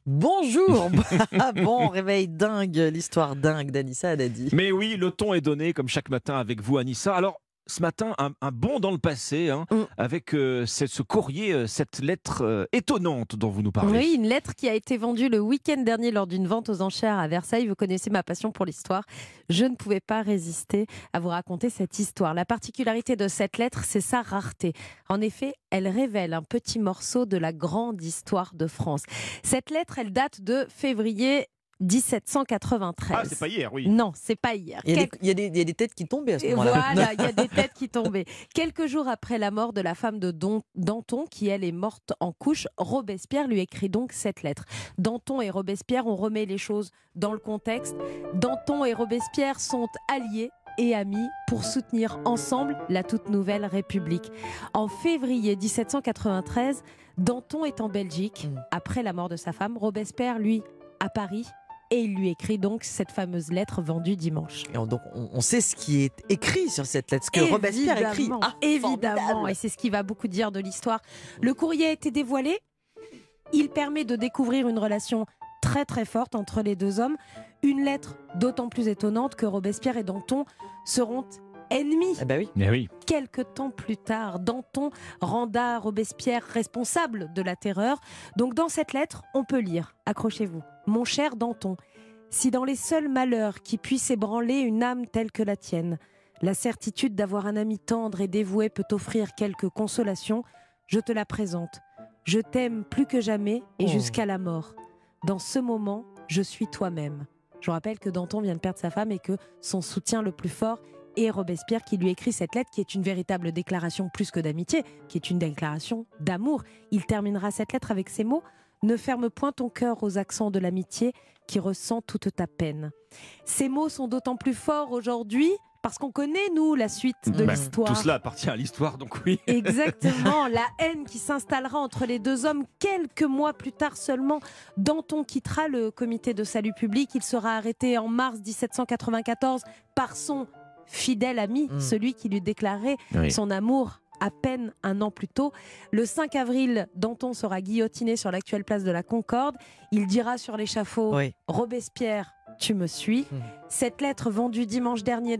Bonjour. Bon réveil dingue, l'histoire dingue d'Anissa Haddadi. Mais oui, le ton est donné comme chaque matin avec vous, Anissa. Alors, ce matin, un bond dans le passé, avec ce courrier, cette lettre étonnante dont vous nous parlez. Oui, une lettre qui a été vendue le week-end dernier lors d'une vente aux enchères à Versailles. Vous connaissez ma passion pour l'histoire. Je ne pouvais pas résister à vous raconter cette histoire. La particularité de cette lettre, c'est sa rareté. En effet, elle révèle un petit morceau de la grande histoire de France. Cette lettre, elle date de février 1793. Ah, c'est pas hier, oui. Non, c'est pas hier. Il y a des têtes qui tombaient à ce moment-là. Voilà, il y a des têtes qui tombaient. Quelques jours après la mort de la femme de Danton, qui elle est morte en couche, Robespierre lui écrit donc cette lettre. Danton et Robespierre, on remet les choses dans le contexte. Danton et Robespierre sont alliés et amis pour soutenir ensemble la toute nouvelle République. En février 1793, Danton est en Belgique, après la mort de sa femme. Robespierre, lui, à Paris. Et il lui écrit donc cette fameuse lettre vendue dimanche. Et donc on sait ce qui est écrit sur cette lettre, ce que Robespierre écrit. Évidemment, et c'est ce qui va beaucoup dire de l'histoire. Le courrier a été dévoilé. Il permet de découvrir une relation très très forte entre les deux hommes. Une lettre d'autant plus étonnante que Robespierre et Danton seront ennemis. Eh ben oui. Mais oui. Quelque temps plus tard, Danton renda Robespierre responsable de la terreur. Donc dans cette lettre, on peut lire, accrochez-vous, mon cher Danton, si dans les seuls malheurs qui puissent ébranler une âme telle que la tienne, la certitude d'avoir un ami tendre et dévoué peut offrir quelque consolation, je te la présente. Je t'aime plus que jamais et jusqu'à la mort. Dans ce moment, je suis toi-même. Je vous rappelle que Danton vient de perdre sa femme et que son soutien le plus fort et Robespierre qui lui écrit cette lettre qui est une véritable déclaration plus que d'amitié, qui est une déclaration d'amour. Il terminera cette lettre avec ces mots: ne ferme point ton cœur aux accents de l'amitié qui ressent toute ta peine. Ces mots sont d'autant plus forts aujourd'hui parce qu'on connaît, nous, la suite de l'histoire. Tout cela appartient à l'histoire, donc oui. Exactement, la haine qui s'installera entre les deux hommes quelques mois plus tard seulement. Danton quittera le comité de salut public. Il sera arrêté en mars 1794 par son fidèle ami, celui qui lui déclarait son amour à peine un an plus tôt. Le 5 avril, Danton sera guillotiné sur l'actuelle place de la Concorde. Il dira sur l'échafaud Robespierre, tu me suis. Cette lettre vendue dimanche dernier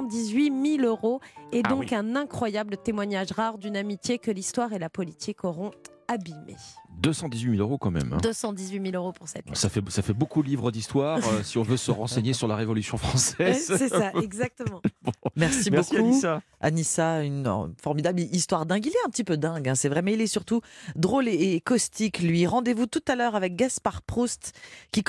218 000 € est donc un incroyable témoignage rare d'une amitié que l'histoire et la politique auront abîmée. 218 000 € quand même. 218 000 € pour cette lettre. Ça fait beaucoup de livres d'histoire si on veut se renseigner sur la Révolution française. C'est ça, exactement. Merci beaucoup Anissa. Anissa, une formidable histoire dingue. Il est un petit peu dingue, c'est vrai, mais il est surtout drôle et caustique, lui. Rendez-vous tout à l'heure avec Gaspard Proust qui